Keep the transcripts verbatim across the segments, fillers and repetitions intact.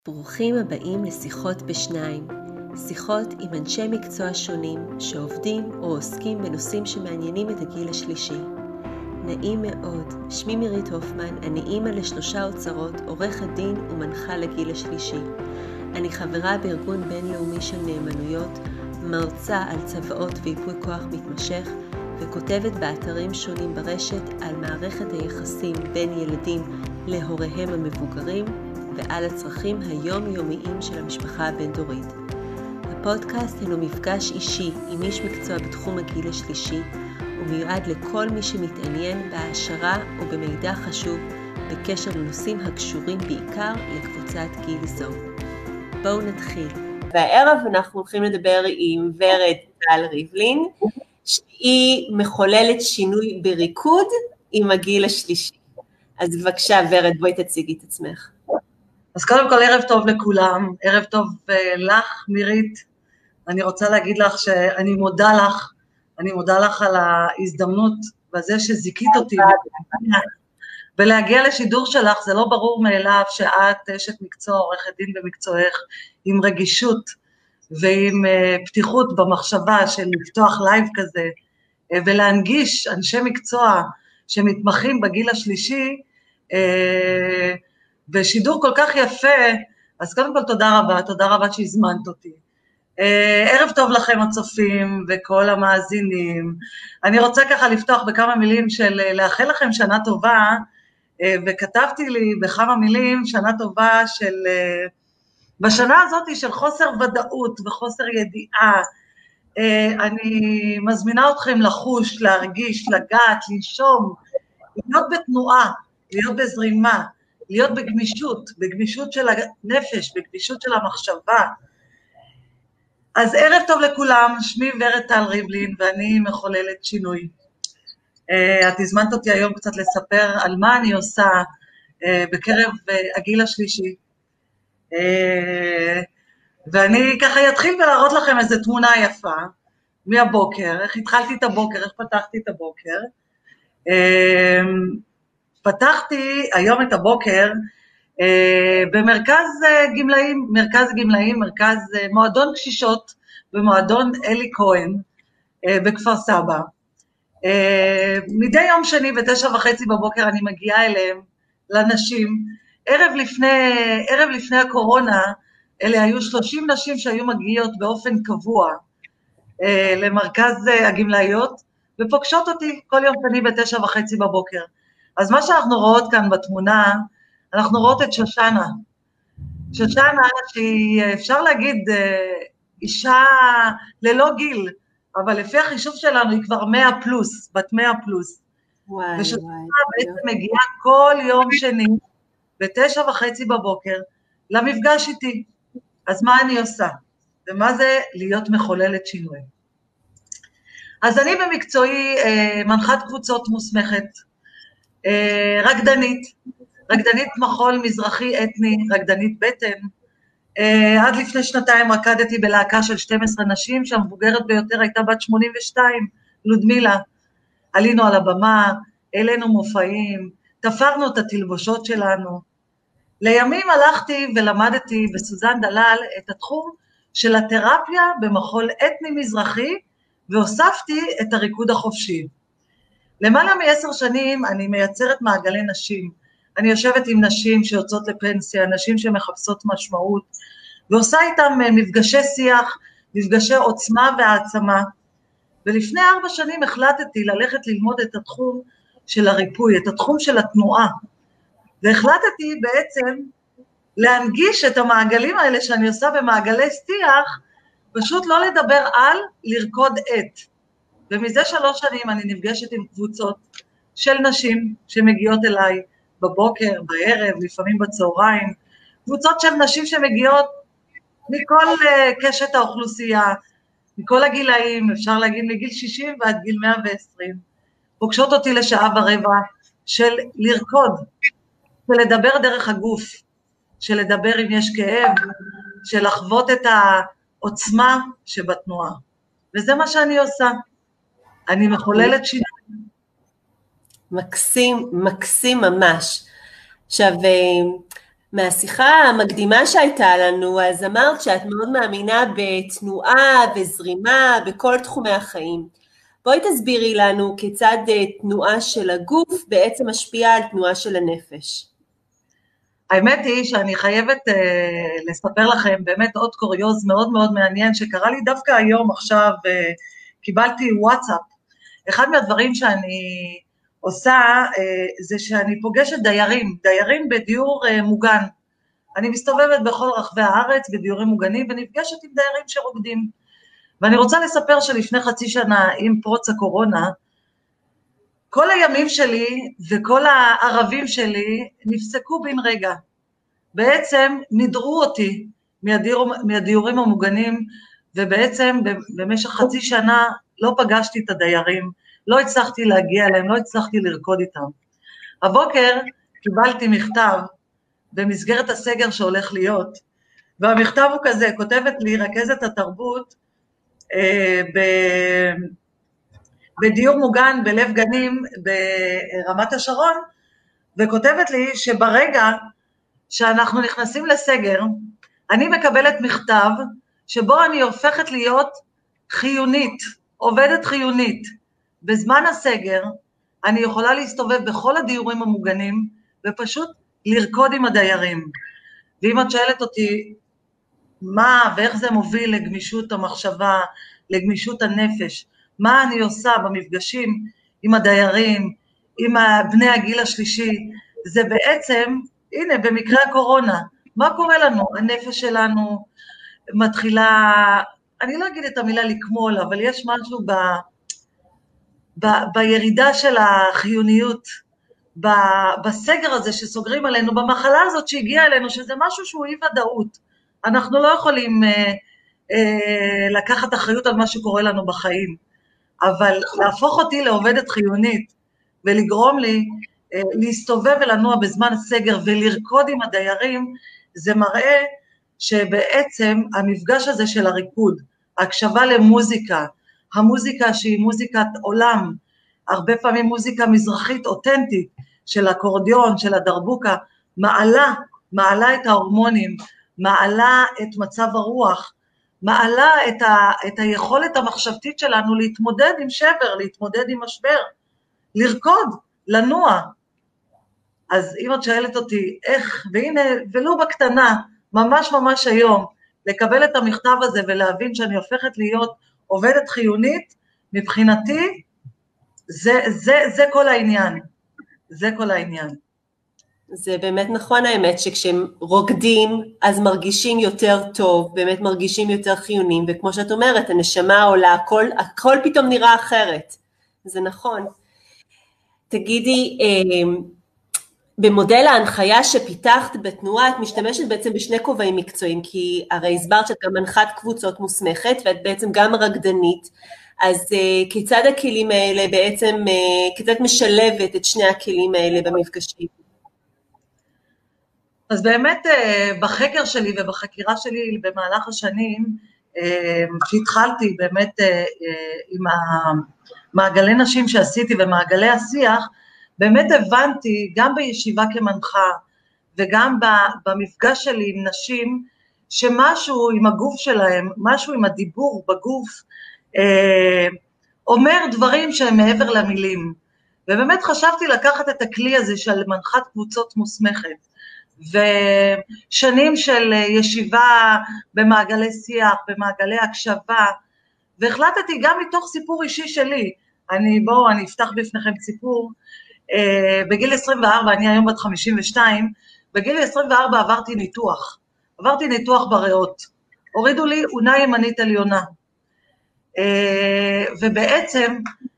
ברוכים הבאים לשיחות בשניים, שיחות עם אנשי מקצוע שונים שעובדים או עוסקים בנושאים שמעניינים את הגיל השלישי. נעים מאוד, שמי מירית הופמן, אני אימא לשלושה אוצרות, עורכת דין ומנחה לגיל השלישי. אני חברה בארגון בינלאומי של נאמנויות, מרצה על צוואות וייפוי כוח מתמשך, וכותבת באתרים שונים ברשת על מערכת היחסים בין ילדים להוריהם המבוגרים, ועל הצרכים היומיומיים של המשפחה הבין-דורית. הפודקאסט הינו מפגש אישי עם איש מקצוע בתחום הגיל השלישי, ומיועד לכל מי שמתעניין בהעשרה או במידע חשוב בקשר לנושאים הקשורים בעיקר לקבוצת גיל זו. בואו נתחיל. והערב אנחנו הולכים לדבר עם ורד טל ריבלין, שהיא מחוללת שינוי בריקוד עם הגיל השלישי. אז בבקשה ורד, בואי תציגי את עצמך. אז קודם כל ערב טוב לכולם, ערב טוב לך מירית, אני רוצה להגיד לך שאני מודה לך, אני מודה לך על ההזדמנות וזה שזיקית אותי, ולהגיע לשידור שלך זה לא ברור מאליו שאת אשת מקצוע, עורכת דין במקצועך, עם רגישות ועם פתיחות במחשבה של לפתוח לייב כזה, ולהנגיש אנשי מקצוע שמתמחים בגיל השלישי, בשידור כל כך יפה, אז קודם כל תודה רבה, תודה רבה שהזמנת אותי. ערב טוב לכם הצופים וכל המאזינים. אני רוצה ככה לפתוח בכמה מילים של לאחל לכם שנה טובה, וכתבתי לי בכמה מילים שנה טובה של, בשנה הזאת של חוסר ודאות וחוסר ידיעה. אני מזמינה אתכם לחוש, להרגיש, לגעת, לנשום, להיות בתנועה, להיות בזרימה, להיות בגמישות, בגמישות של הנפש, בגמישות של המחשבה. אז ערב טוב לכולם, שמי ורד טל ריבלין, ואני מחוללת שינוי. את הזמנת אותי היום קצת לספר על מה אני עושה בקרב הגיל השלישי. ואני ככה אתחיל ולהראות לכם איזו תמונה יפה, מהבוקר, איך התחלתי את הבוקר, איך פתחתי את הבוקר. פתחתי היום את הבוקר אה, במרכז אה, גמלאים, מרכז גמלאים, מרכז אה, מועדון קשישות במועדון אלי כהן אה, בכפר סבא. אה, מדי יום שני בתשע וחצי בבוקר אני מגיעה אליהם, לנשים. ערב לפני, ערב לפני הקורונה, אלה היו שלושים נשים שהיו מגיעות באופן קבוע אה, למרכז אה, הגמלאיות, ופוגשות אותי כל יום שני בתשע וחצי בבוקר. אז מה שאנחנו רואות כאן בתמונה, אנחנו רואות את שושנה. שושנה שהיא, אפשר להגיד, אישה ללא גיל, אבל לפי החישוב שלנו היא כבר מאה פלוס, בת מאה פלוס. וואי, ושושנה וואי, בעצם יו. מגיעה כל יום שני, בתשע וחצי בבוקר, למפגש איתי. אז מה אני עושה? ומה זה להיות מחוללת שינוי? אז אני במקצועי מנחת קבוצות מוסמכת, רקדנית, רקדנית מחול מזרחי אתני, רקדנית בטן. עד לפני שנתיים רקדתי בלהקה של שתים עשרה נשים, שהמבוגרת ביותר הייתה בת שמונים ושתיים, לודמילה. עלינו על הבמה, העלינו מופעים, תפרנו את התלבושות שלנו. לימים הלכתי ולמדתי בסוזן דלל את התחום של התרפיה במחול אתני מזרחי, והוספתי את הריקוד החופשי. למעלה מעשר שנים אני מייצרת מעגלי נשים, אני יושבת עם נשים שיוצאות לפנסיה, נשים שמחפשות משמעות, ועושה איתם מפגשי שיח, מפגשי עוצמה והעצמה, ולפני ארבע שנים החלטתי ללכת ללמוד את התחום של הריפוי, את התחום של התנועה, והחלטתי בעצם להנגיש את המעגלים האלה שאני עושה במעגלי שיח, פשוט לא לדבר על, לרקוד את. ומזה שלוש שנים אני נפגשת עם קבוצות של נשים שמגיעות אליי בבוקר, בערב, לפעמים בצהריים, קבוצות של נשים שמגיעות מכל uh, קשת האוכלוסייה, מכל הגילאים, אפשר להגיד מגיל שישים ועד גיל מאה ועשרים, פוגשות אותי לשעה ורבע של לרקוד, של לדבר דרך הגוף, של לדבר אם יש כאב, של לחוות את העוצמה שבתנועה, וזה מה שאני עושה. אני מחוללת שינוי. מקסים, מקסים ממש. עכשיו, מהשיחה המקדימה שהייתה לנו, אז אמרת שאת מאוד מאמינה בתנועה וזרימה בכל תחומי החיים. בואי תסבירי לנו כיצד תנועה של הגוף בעצם משפיעה על תנועה של הנפש. האמת היא שאני חייבת uh, לספר לכם באמת עוד קוריוז מאוד מאוד מעניין שקרה לי דווקא היום עכשיו, uh, קיבלתי וואטסאפ. אחד מהדברים שאני עושה uh, זה שאני פוגשת דיירים, דיירים בדיור uh, מוגן. אני מסתובבת בכל רחבי הארץ בדיורים מוגנים ונפגשת עם דיירים שרוקדים. ואני רוצה לספר שלפני חצי שנה עם פרוץ הקורונה, כל הימים שלי וכל הערבים שלי נפסקו בן רגע. בעצם נדרו אותי מהדיור, מהדיורים המוגנים, ובעצם במשך חצי שנה לא פגשתי את הדיירים, לא הצלחתי להגיע אליהם, לא הצלחתי לרקוד איתם. הבוקר קיבלתי מכתב במסגרת הסגר שהולך להיות, והמכתב הוא כזה, כותבת לי רכזת התרבות אה, ב... בדיור מוגן בלב גנים ברמת השרון, וכותבת לי שברגע שאנחנו נכנסים לסגר, אני מקבלת מכתב שבו אני הופכת להיות חיונית, עובדת חיונית. בזמן הסגר אני יכולה להסתובב בכל הדיורים המוגנים ופשוט לרקוד עם הדיירים. ואם את שואלת אותי מה ואיך זה מוביל לגמישות המחשבה, לגמישות הנפש, מה אני עושה במפגשים עם הדיירים, עם בני הגיל השלישי, זה בעצם, הנה במקרה הקורונה, מה קורה לנו? הנפש שלנו מתחילה, אני לא אגיד את המילה לקמול, אבל יש משהו ב, ב, בירידה של החיוניות, ב, בסגר הזה שסוגרים עלינו, במחלה הזאת שהגיעה אלינו, שזה משהו שהוא אי ודאות. אנחנו לא יכולים אה, אה, לקחת אחריות על מה שקורה לנו בחיים, אבל להפוך אותי לעובדת חיונית ולגרום לי אה, להסתובב ולנוע בזמן הסגר ולרקוד עם הדיירים, זה מראה שבעצם המפגש הזה של הריקוד, הקשבה למוזיקה, המוזיקה שהיא מוזיקת עולם, הרבה פעמים מוזיקה מזרחית אותנטית, של הקורדיון, של הדרבוקה, מעלה, מעלה את ההורמונים, מעלה את מצב הרוח, מעלה את, ה, את היכולת המחשבתית שלנו להתמודד עם שבר, להתמודד עם משבר, לרקוד, לנוע. אז אם את שואלת אותי איך, והנה, ולו בקטנה, ממש ממש היום, לקבל את המכתב הזה ולהבין שאני הופכת להיות עובדת חיונית, מבחינתי, זה, זה, זה כל העניין. זה כל העניין. זה באמת נכון האמת, שכשהם רוקדים, אז מרגישים יותר טוב, באמת מרגישים יותר חיונים, וכמו שאת אומרת, הנשמה עולה, הכל, הכל פתאום נראה אחרת. זה נכון. תגידי, במודל ההנחיה שפיתחת בתנועה, את משתמשת בעצם בשני כובעים מקצועיים, כי הרי הסברת שאת גם מנחת קבוצות מוסמכת, ואת בעצם גם רקדנית, אז כיצד הכלים האלה בעצם, כיצד משלבת את שני הכלים האלה במפגשים? אז באמת בחקר שלי ובחקירה שלי במהלך השנים, שהתחלתי באמת עם מעגלי נשים שעשיתי ומעגלי השיח, באמת הבנתי גם בישיבה כמנחה וגם במפגש שלי עם נשים, שמשהו עם הגוף שלהם, משהו עם הדיבור בגוף, אומר דברים שהם מעבר למילים. ובאמת חשבתי לקחת את הכלי הזה של מנחת קבוצות מוסמכת, ושנים של ישיבה במעגלי שיח, במעגלי הקשבה, והחלטתי גם מתוך סיפור אישי שלי, אני בואו אני אפתח בפניכם סיפור, בגיל עשרים וארבע, אני היום בת חמישים ושתיים, בגיל עשרים וארבע עברתי ניתוח, עברתי ניתוח בריאות, הורידו לי אונה ימנית עליונה, ובעצם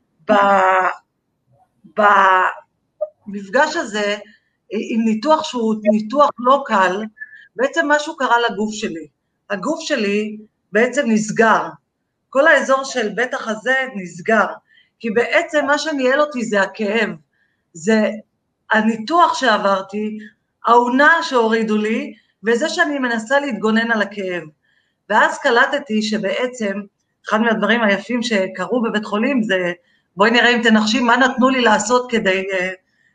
במפגש הזה, עם ניתוח שהוא ניתוח לא קל, בעצם משהו קרה לגוף שלי. הגוף שלי בעצם נסגר. כל האזור של בית החזה נסגר. כי בעצם מה שניהל אותי זה הכאב. זה הניתוח שעברתי, העונה שהורידו לי, וזה שאני מנסה להתגונן על הכאב. ואז קלטתי שבעצם, אחד מהדברים היפים שקרו בבית חולים, זה בואי נראה אם תנחשים מה נתנו לי לעשות כדי...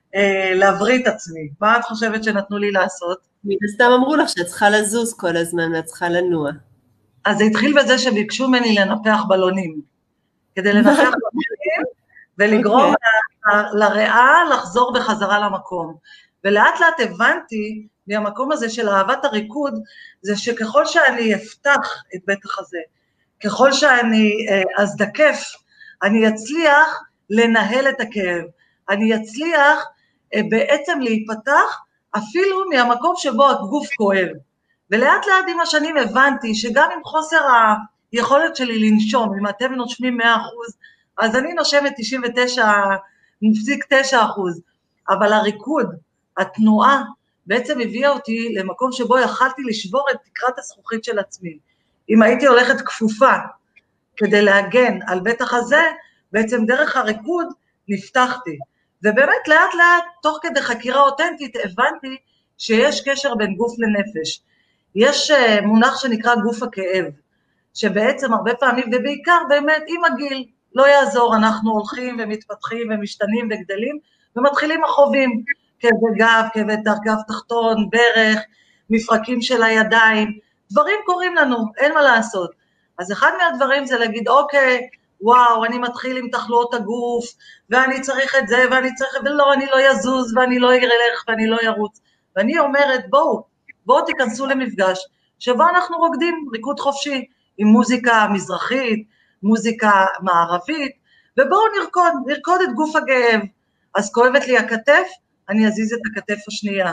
אה, להבריא את עצמי. מה את חושבת שנתנו לי לעשות? מן הסתם אמרו לך שאת צריכה לזוז כל הזמן, ואת צריכה לנוע. אז זה התחיל בזה שביקשו ממני לנפח בלונים. כדי לנפח בלונים ולגרום Okay. ל- לריאה לחזור בחזרה למקום. ולאט לאט הבנתי מהמקום הזה של אהבת הריקוד, זה שככל שאני אפתח את בית החזה, ככל שאני אה, אזדקף, אני אצליח לנהל את הכאב, אני אצליח אה, בעצם להיפתח אפילו מהמקום שבו הגוף כואב. ולאט לאט עם השנים הבנתי שגם עם חוסר היכולת שלי לנשום, אם אתם נושמים מאה אחוז, אז אני נושמת תשעים ותשע נקודה תשע אחוז, אבל הריקוד, התנועה, בעצם הביאה אותי למקום שבו יכלתי לשבור את תקרת הזכוכית של עצמי. אם הייתי הולכת כפופה כדי להגן על בית החזה, בעצם דרך הריקוד נפתחתי. ובאמת לאט לאט, תוך כדי חקירה אותנטית, הבנתי שיש קשר בין גוף לנפש. יש מונח שנקרא גוף הכאב, שבעצם הרבה פעמים, ובעיקר באמת עם הגיל, לא יעזור, אנחנו הולכים ומתפתחים ומשתנים וגדלים, ומתחילים החובים, כאבי גב, כאבי גב תחתון, ברך, מפרקים של הידיים, דברים קורים לנו, אין מה לעשות. אז אחד מהדברים זה להגיד, אוקיי, וואו, אני מתחיל עם תחלואות הגוף, ואני צריך את זה, ואני צריך, ולא, אני לא יזוז, ואני לא ילך, ואני לא ירוץ. ואני אומרת, בואו, בואו תיכנסו למפגש, שבו אנחנו רוקדים ריקוד חופשי, עם מוזיקה מזרחית, מוזיקה מערבית, ובואו נרקוד, נרקוד את גוף הגאב. אז כואבת לי הכתף, אני אזיז את הכתף השנייה.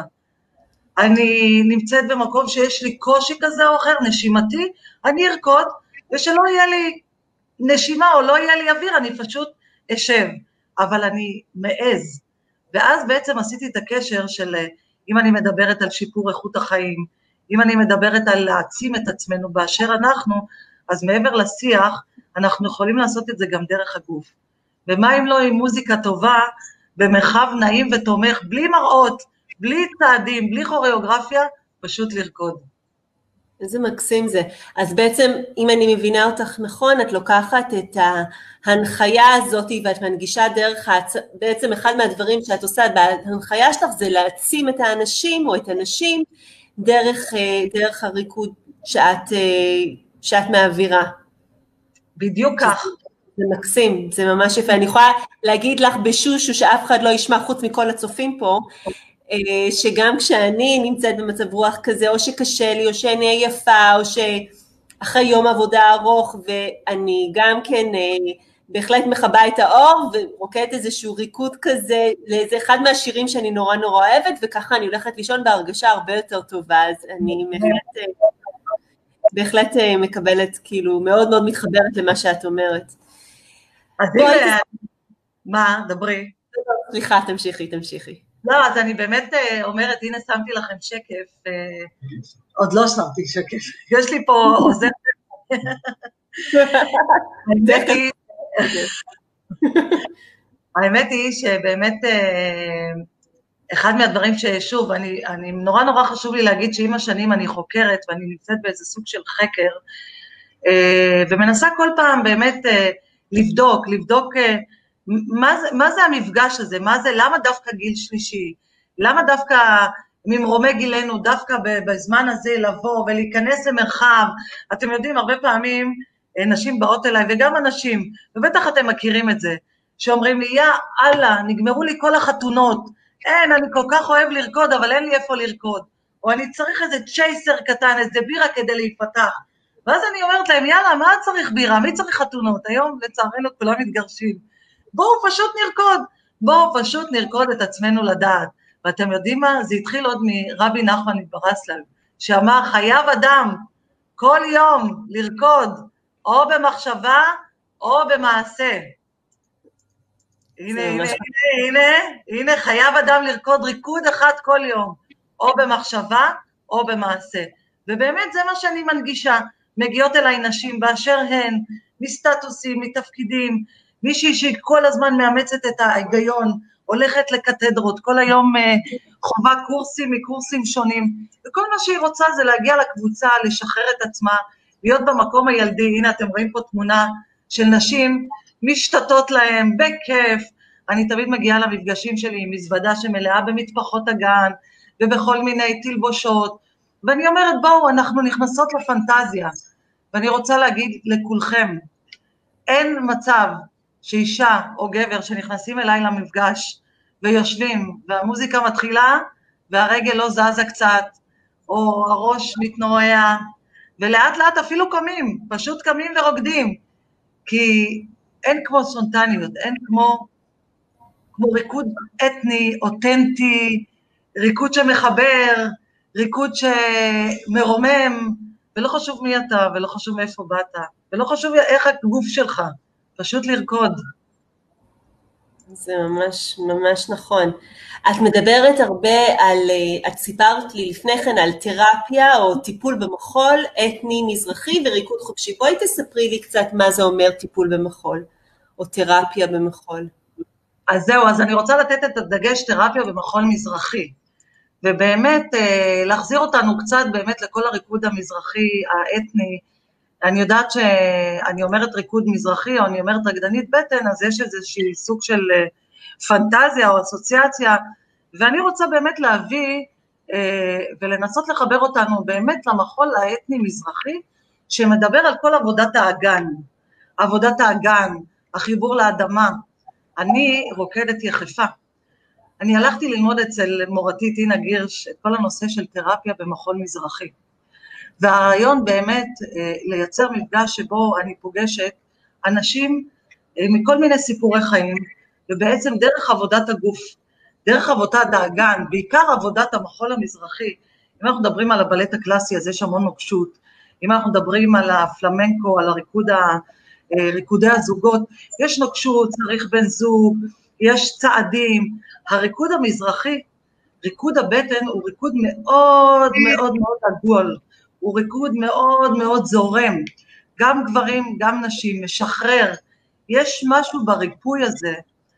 אני נמצאת במקום שיש לי קושי כזה או אחר, נשימתי, אני ארקוד, ושלא יהיה לי נשימה או לא יהיה לי אוויר, אני פשוט אשב, אבל אני מעז. ואז בעצם עשיתי את הקשר של, אם אני מדברת על שיפור איכות החיים, אם אני מדברת על להעצים את עצמנו באשר אנחנו, אז מעבר לשיח, אנחנו יכולים לעשות את זה גם דרך הגוף. ומה אם לא עם מוזיקה טובה, במרחב נעים ותומך, בלי מראות, בלי צעדים, בלי כוריאוגרפיה, פשוט לרקוד. איזה מקסים זה. אז בעצם, אם אני מבינה אותך נכון, את לוקחת את ההנחיה הזאת, ואת מנגישה דרך, בעצם אחד מהדברים שאת עושה בהנחיה שלך, זה להעצים את האנשים או את הנשים, דרך, דרך הריקוד שאת, שאת מעבירה. בדיוק כך. זה מקסים, זה ממש יפה. אני יכולה להגיד לך בשושו שאף אחד לא ישמע חוץ מכל הצופים פה, שגם כשאני נמצאת במצב רוח כזה, או שקשה לי, או שאני עייפה, או שאחרי יום עבודה ארוך, ואני גם כן בהחלט מחבה את האור, ורוקדת איזשהו ריקוד כזה, לאיזה אחד מהשירים שאני נורא נורא אוהבת, וככה אני הולכת לישון בהרגשה הרבה יותר טובה, אז אני בהחלט, בהחלט מקבלת, כאילו, מאוד מאוד מתחברת למה שאת אומרת. אז הנה, מה, דברי. סליחה, תמשיכי, תמשיכי. לא, אז אני באמת אומרת, הנה שמתי לכם שקף, עוד לא שמתי שקף, יש לי פה עוזר. האמת היא שבאמת אחד מהדברים ששוב, אני, אני נורא נורא חשוב לי להגיד שעם השנים אני חוקרת ואני נמצאת באיזה סוג של חקר, ומנסה כל פעם באמת לבדוק, לבדוק מה זה, מה זה המפגש הזה, מה זה, למה דווקא גיל שלישי, למה דווקא ממרומי גילנו, דווקא בזמן הזה לבוא ולהיכנס למרחב, אתם יודעים, הרבה פעמים נשים באות אליי, וגם אנשים, ובטח אתם מכירים את זה, שאומרים לי, יא אללה, נגמרו לי כל החתונות, אין, אני כל כך אוהב לרקוד, אבל אין לי איפה לרקוד, או אני צריך איזה צ'ייסר קטן, איזה בירה כדי להיפתח, ואז אני אומרת להם, יאללה, מה צריך בירה, מי צריך חתונות, היום לצערנו כולם מתגרשים, בואו פשוט נרקוד, בואו פשוט נרקוד את עצמנו לדעת, ואתם יודעים מה? זה התחיל עוד מרבי נחמן מברסלב, שאמר, חייב אדם כל יום לרקוד, או במחשבה, או במעשה. הנה, הנה, הנה, הנה, הנה, חייב אדם לרקוד ריקוד אחד כל יום, או במחשבה, או במעשה. ובאמת זה מה שאני מנגישה, מגיעות אליי נשים באשר הן, מסטטוסים, מתפקידים, מישהי שהיא כל הזמן מאמצת את ההיגיון, הולכת לקתדרות, כל היום חובה קורסים מקורסים שונים, וכל מה שהיא רוצה זה להגיע לקבוצה, לשחרר את עצמה, להיות במקום הילדי. הנה אתם רואים פה תמונה של נשים, משתתות להם בכיף, אני תמיד מגיעה למפגשים שלי עם מזוודה שמלאה במטפחות הגן, ובכל מיני תלבושות, ואני אומרת, בואו, אנחנו נכנסות לפנטזיה, ואני רוצה להגיד לכולכם, אין מצב שאישה או גבר שנכנסים אליי למפגש, ויושבים, והמוזיקה מתחילה, והרגל לא זזה קצת, או הראש מתנועע, ולאט לאט אפילו קמים, פשוט קמים ורוקדים, כי אין כמו ספונטניות, אין כמו, כמו ריקוד אתני, אותנטי, ריקוד שמחבר, ריקוד שמרומם, ולא חשוב מי אתה, ולא חשוב מאיפה באת, ולא חשוב איך הגוף שלך, פשוט לרקוד. זה ממש ממש נכון. את מדברת הרבה על, את סיפרת לי לפני כן על תרפיה או טיפול במחול אתני מזרחי וריקוד חופשי. בואי תספרי לי קצת מה זה אומר טיפול במחול או תרפיה במחול. אז זהו, אז אני רוצה לתת את הדגש תרפיה במחול מזרחי, ובאמת להחזיר אותנו קצת באמת לכל הריקוד המזרחי האתני. אני יודעת שאני אומרת ריקוד מזרחי או אני אומרת רקדנית בטן, אז יש איזושהי סוג של פנטזיה או אסוציאציה, ואני רוצה באמת להביא ולנסות לחבר אותנו באמת למחול האתני מזרחי, שמדבר על כל עבודת האגן, עבודת האגן, החיבור לאדמה. אני רוקדת יחפה. אני הלכתי ללמוד אצל מורתי טינה גירש את כל הנושא של תרפיה במחול מזרחי. והרעיון באמת לייצר מפגש שבו אני פוגשת אנשים מכל מיני סיפורי חיים, ובעצם דרך עבודת הגוף, דרך עבודת האגן, בעיקר עבודת המחול המזרחי. אם אנחנו מדברים על הבלט הקלאסי, אז יש המון נוקשות. אם אנחנו מדברים על הפלמנקו, על הריקוד, ריקודי הזוגות, יש נוקשות, צריך בן זוג, יש צעדים. הריקוד המזרחי, ריקוד הבטן, הוא ריקוד מאוד מאוד מאוד עגול, הוא ריקוד מאוד מאוד זורם, גם גברים, גם נשים, משחרר. יש משהו בריפוי הזה,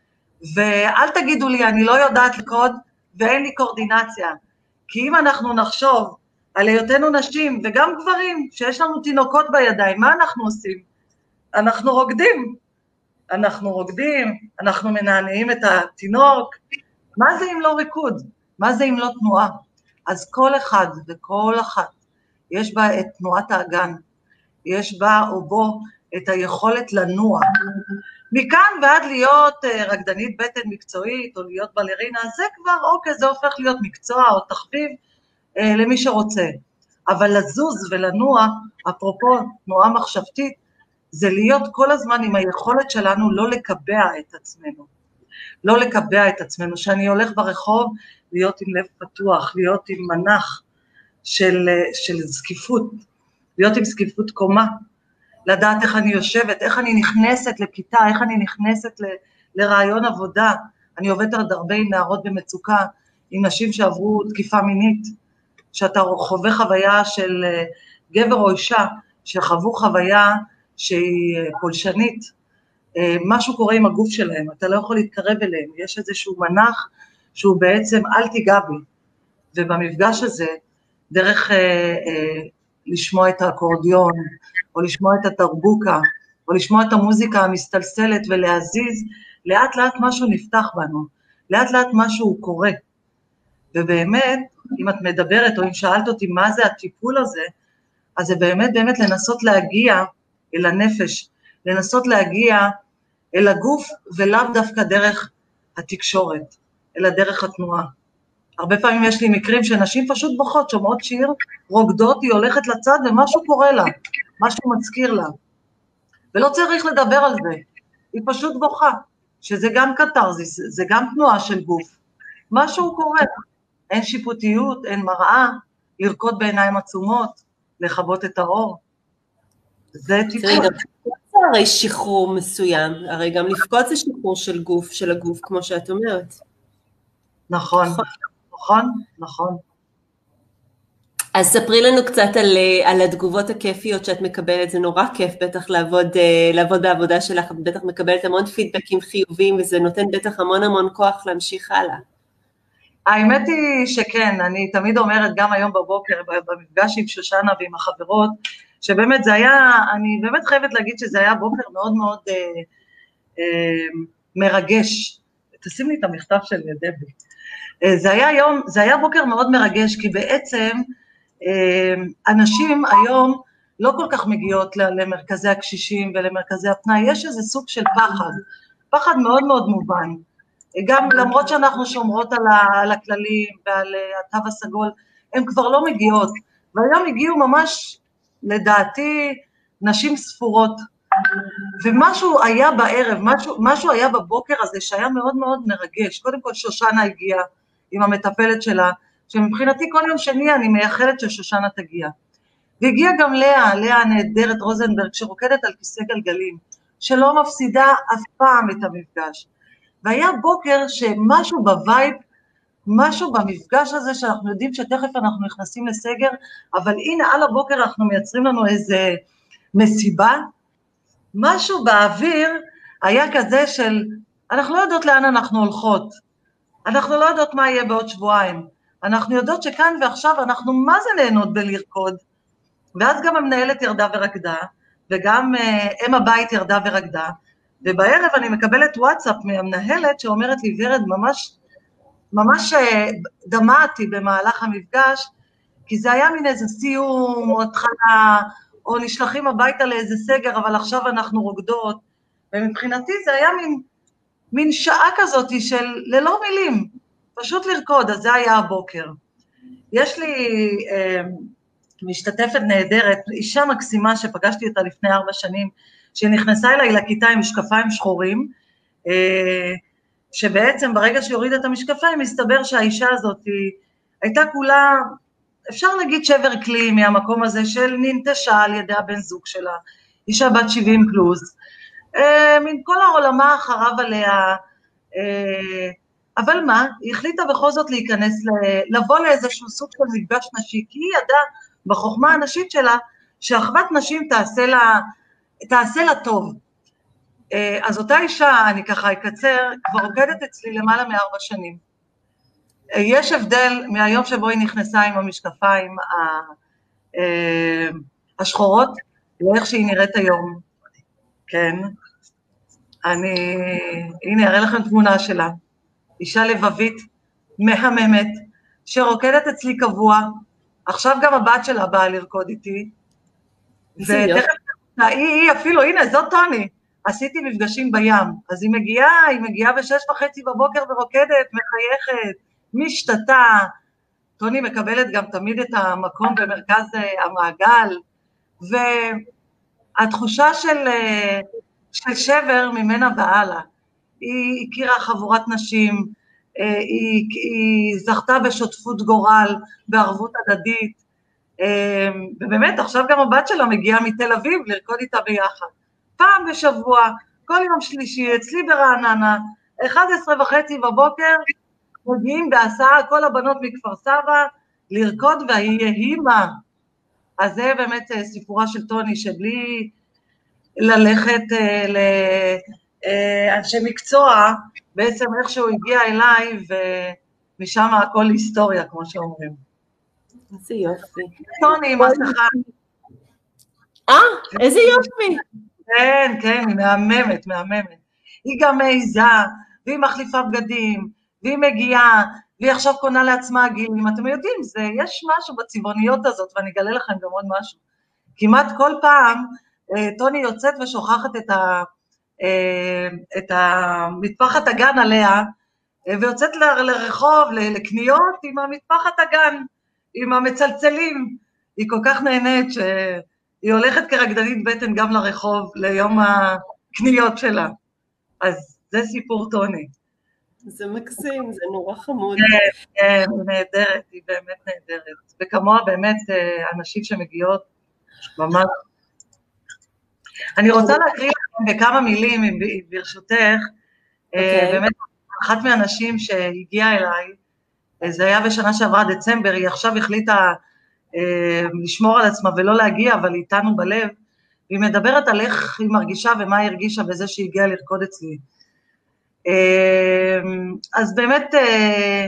ואל תגידו לי, אני לא יודעת לקוד ואין לי קורדינציה, כי אם אנחנו נחשוב על היותנו נשים וגם גברים, שיש לנו תינוקות בידיים, מה אנחנו עושים? אנחנו רוקדים, אנחנו רוקדים, אנחנו מנענעים את התינוק, מה זה אם לא ריקוד? מה זה אם לא תנועה? אז כל אחד וכל אחת, יש בה את תנועת האגן, יש בה או בו את היכולת לנוע. מכאן ועד להיות רקדנית בטן מקצועית, או להיות בלרינה, זה כבר, אוקיי, זה הופך להיות מקצוע או תחביב אה, למי שרוצה. אבל לזוז ולנוע, אפרופו תנועה מחשבתית, זה להיות כל הזמן עם היכולת שלנו לא לקבע את עצמנו. לא לקבע את עצמנו, שאני הולך ברחוב, להיות עם לב פתוח, להיות עם מנח של, של זקיפות, להיות עם זקיפות קומה, לדעת איך אני יושבת, איך אני נכנסת לכיתה, איך אני נכנסת ל, לרעיון עבודה. אני עובדת עוד הרבה עם נערות במצוקה, עם נשים שעברו תקיפה מינית, שאתה חווה חוויה של גבר או אישה, שחוו חוויה שהיא פולשנית, משהו קורה עם הגוף שלהם, אתה לא יכול להתקרב אליהם, יש איזשהו מנח שהוא בעצם אל תיגע בי, ובמפגש הזה, דרך אה, אה, לשמוע את האקורדיון, או לשמוע את התרבוקה, או לשמוע את המוזיקה המסתלסלת ולהזיז, לאט לאט משהו נפתח בנו, לאט לאט משהו קורה, ובאמת, אם את מדברת או אם שאלת אותי מה זה הטיפול הזה, אז זה באמת באמת לנסות להגיע אל הנפש, לנסות להגיע אל הגוף, ולאו דווקא דרך התקשורת, אלא דרך התנועה. הרבה פעמים יש לי מקרים שנשים פשוט בוכות, שומעות שיר, רוקדות, היא הולכת לצד ומשהו קורה לה, משהו מזכיר לה. ולא צריך לדבר על זה, היא פשוט בוכה, שזה גם קטרזיס, זה גם תנועה של גוף. משהו קורה, אין שיפוטיות, אין מראה, לרקוד בעיניים עצומות, לכבות את האור. זה טיפול. הרי שחרור מסוים, הרי גם לפקוד זה שחרור של גוף, של הגוף, כמו שאת אומרת. נכון, נכון, נכון. אז ספרי לנו קצת על, על התגובות הכיפיות שאת מקבלת, זה נורא כיף בטח לעבוד, לעבוד בעבודה שלך, בטח מקבלת המון פידבקים חיוביים, וזה נותן בטח המון המון כוח להמשיך הלאה. האמת היא שכן, אני תמיד אומרת גם היום בבוקר, במפגש עם שושנה ועם החברות, שבאמת זה היה, אני באמת חייבת להגיד שזה היה בוקר מאוד מאוד אה, אה, מרגש, תשים לי את המכתב של דבי. זה היה יום, זה היה בוקר מאוד מרגש, כי בעצם אנשים היום לא כל כך מגיעות למרכזי הקשישים ולמרכזי הפנאי, יש איזה סוג של פחד, פחד מאוד מאוד מובן, גם למרות שאנחנו שומרות על הכללים ועל התו הסגול, הן כבר לא מגיעות, והיום הגיעו ממש, לדעתי, נשים ספורות, ומשהו היה בערב, משהו, משהו היה בבוקר הזה שהיה מאוד מאוד מרגש. קודם כל שושנה הגיעה עם המטפלת שלה, שמבחינתי כל יום שני אני מייחלת ששושנה תגיע. והגיעה גם לאה, לאה הנהדרת רוזנברג, שרוקדת על כיסא גלגלים, שלא מפסידה אף פעם את המפגש. והיה בוקר שמשהו בווייב, משהו במפגש הזה, שאנחנו יודעים שתכף אנחנו נכנסים לסגר, אבל הנה על הבוקר אנחנו מייצרים לנו איזה מסיבה, משהו באוויר היה כזה של, אנחנו לא יודעות לאן אנחנו הולכות, אנחנו לא יודעות מה יהיה בעוד שבועיים, אנחנו יודעות שכאן ועכשיו אנחנו מה זה נהנות בלרקוד, ואז גם המנהלת ירדה ורקדה, וגם אם הבית ירדה ורקדה, ובערב אני מקבלת וואטסאפ מהמנהלת שאומרת לי, ורד, ממש, ממש דמעתי במהלך המפגש, כי זה היה מין איזה סיום או התחלה, או נשלחים הביתה לאיזה סגר, אבל עכשיו אנחנו רוקדות, ומבחינתי זה היה מין, מין שעה כזאת של ללא מילים, פשוט לרקוד, אז זה היה הבוקר. יש לי אה, משתתפת נהדרת, אישה מקסימה שפגשתי אותה לפני ארבע שנים, שנכנסה אליי לכיתה עם משקפיים שחורים, אה, שבעצם ברגע שהורידה את המשקפיים, מסתבר שהאישה הזאת היא, הייתה כולה, אפשר להגיד שבר כלי מהמקום הזה של ננטשה על ידי הבן זוג שלה, אישה בת שבעים פלוס, מן כל העולמה חרב עליה, אבל מה, היא החליטה בכל זאת להיכנס, לבוא לאיזשהו סוג של מפגש נשי, כי היא ידעה בחוכמה הנשית שלה, שאחוות נשים תעשה לה, תעשה לה טוב. אז אותה אישה, אני ככה אקצר, כבר רוקדת אצלי למעלה מארבע שנים. יש הבדל מהיום שבו היא נכנסה עם המשקפיים השחורות, לאיך שהיא נראית היום. כן. אני, הנה, אראה לכם תמונה שלה. אישה לבבית, מהממת, שרוקדת אצלי קבוע, עכשיו גם הבת שלה באה לרקוד איתי. ותכף, היא, היא אפילו, הנה, זאת טוני. עשיתי מפגשים בים, אז היא מגיעה, היא מגיעה בשש וחצי בבוקר ורוקדת, מחייכת, משתתה, טוני מקבלת גם תמיד את המקום במרכז המעגל, והתחושה של, של שבר ממנה והלאה, היא הכירה חבורת נשים, היא, היא זכתה בשותפות גורל, בערבות הדדית, ובאמת עכשיו גם הבת שלה מגיעה מתל אביב לרקוד איתה ביחד, פעם בשבוע, כל יום שלישי, אצלי ברעננה, אחת עשרה וחצי בבוקר, מגיעים בהסעה, כל הבנות מכפר סבא, לרקוד והיא אימה. אז זה באמת סיפורה של טוני, שבלי ללכת לאנשי מקצוע, בעצם איכשהו הגיע אליי, ומשם הכל היסטוריה, כמו שאומרים. איזה יופי. טוני, מסכה. אה, איזה יופי. כן, כן, היא מהממת, מהממת. היא גם מעיזה, והיא מחליפה בגדים, והיא מגיעה, והיא עכשיו קונה לעצמה גילים. אתם יודעים, זה, יש משהו בצבעוניות הזאת, ואני אגלה לכם גם עוד משהו. כמעט כל פעם, טוני יוצאת ושוכחת את, ה, את המטפחת הגן עליה, ויוצאת לרחוב, לקניות עם המטפחת הגן, עם המצלצלים. היא כל כך נהנית ש... היא הולכת כרקדנית בטן גם לרחוב, ליום הקניות שלה. אז זה סיפור טוני. זה מקסים, זה נורא חמוד. כן, כן, היא נהדרת, היא באמת נהדרת. וכמוה באמת אנשים שמגיעות ממש. אני רוצה להקריא לכם בכמה מילים, ברשותך, באמת אחת מהאנשים שהגיעה אליי, זה היה בשנה שעברה דצמבר, היא עכשיו החליטה, לשמור על עצמה ולא להגיע, אבל היא איתנו בלב, והיא מדברת על איך היא מרגישה ומה היא הרגישה בזה שהיא הגיעה לרקוד אצלי. אז באמת,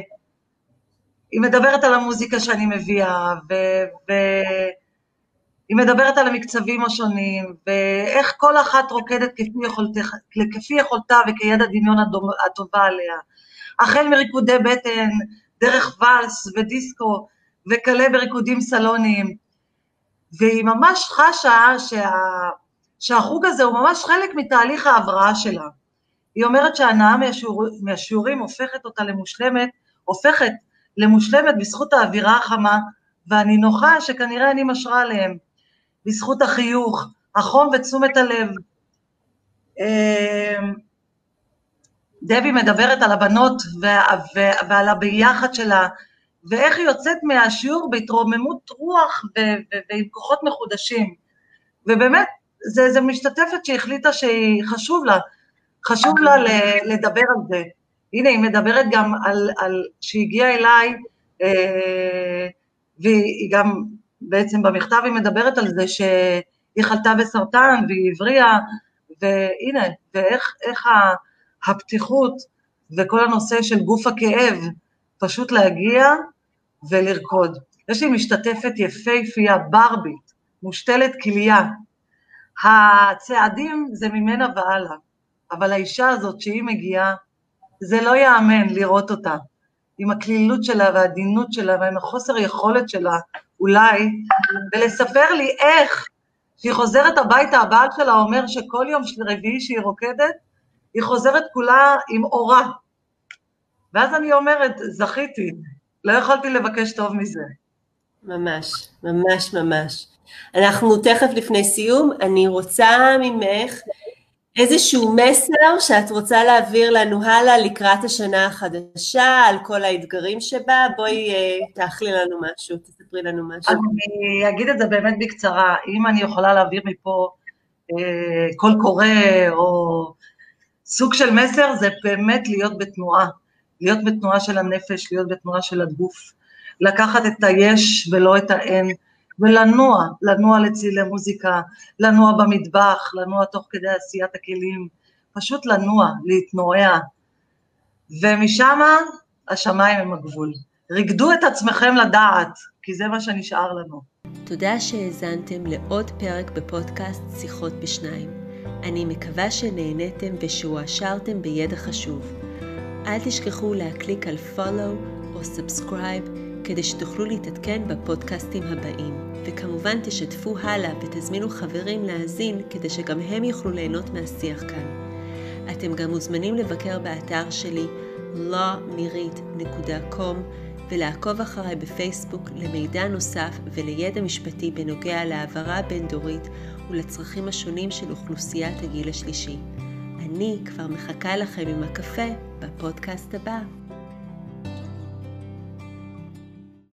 היא מדברת על המוזיקה שאני מביאה, והיא היא מדברת על המקצבים השונים, ואיך כל אחת רוקדת כפי, יכולת, כפי יכולתה וכיד הדמיון הטובה עליה. החל מריקודי בטן, דרך ולס ודיסקו, וכלה בריקודים סלוניים. והיא ממש חשה שה, שהחוג הזה הוא ממש חלק מתהליך ההבראה שלה. היא אומרת שההנאה מהשיעור, מהשיעורים הופכת אותה למושלמת, הופכת למושלמת בזכות האווירה החמה, ואני נוחה שכנראה אני משרה עליהם. בזכות החיוך, החום ותשומת הלב. דבי מדברת על הבנות ועל הביחד שלה, ואיך היא יוצאת מהשיעור בהתרוממות רוח ועם כוחות מחודשים. ובאמת, זה, זה משתתפת שהחליטה שהיא חשוב לה, חשוב לה לדבר על זה. הנה, היא מדברת גם על, על שהגיעה אליי, והיא גם בעצם במכתב היא מדברת על זה שהיא חלתה בסרטן והיא הבריאה, והנה, ואיך איך הפתיחות וכל הנושא של גוף הכאב, פשוט להגיע ולרקוד. יש לי משתתפת יפהפייה, ברבית, מושתלת כליה. הצעדים זה ממנה והלאה, אבל האישה הזאת שהיא מגיעה, זה לא יאמן לראות אותה, עם הכלילות שלה והעדינות שלה ועם החוסר יכולת שלה, אולי, ולספר לי איך שהיא חוזרת הביתה, הבעל שלה אומר שכל יום רביעי שהיא רוקדת, היא חוזרת כולה עם אורה. ואז אני אומרת, זכיתי, לא יכולתי לבקש טוב מזה. ממש, ממש, ממש. אנחנו תכף לפני סיום, אני רוצה ממך איזשהו מסר שאת רוצה להעביר לנו הלאה לקראת השנה החדשה, על כל האתגרים שבה, בואי תאכלי לנו משהו, תספרי לנו משהו. אני אגיד את זה באמת בקצרה, אם אני יכולה להעביר מפה אה, קול קורא או סוג של מסר, זה באמת להיות בתנועה, להיות בתנועה של הנפש, להיות בתנועה של הגוף, לקחת את היש ולא את האין, ולנוע, לנוע לצילי מוזיקה, לנוע במטבח, לנוע תוך כדי עשיית הכלים, פשוט לנוע, להתנועע, ומשם השמיים הם הגבול. ריגדו את עצמכם לדעת, כי זה מה שנשאר לנו. תודה שהאזנתם לעוד פרק בפודקאסט שיחות בשניים. אני מקווה שנהניתם ושהועשרתם בידע חשוב. אל תשכחו להקליק על follow או subscribe כדי שתוכלו להתעדכן בפודקאסטים הבאים. וכמובן תשתפו הלאה ותזמינו חברים להאזין כדי שגם הם יוכלו ליהנות מהשיח כאן. אתם גם מוזמנים לבקר באתר שלי law mirit נקודה קום ולעקוב אחריי בפייסבוק למידע נוסף ולידע משפטי בנוגע להעברה בין דורית ולצרכים השונים של אוכלוסיית הגיל השלישי. אני כבר מחכה לכם עם הקפה בפודקאסט הבא.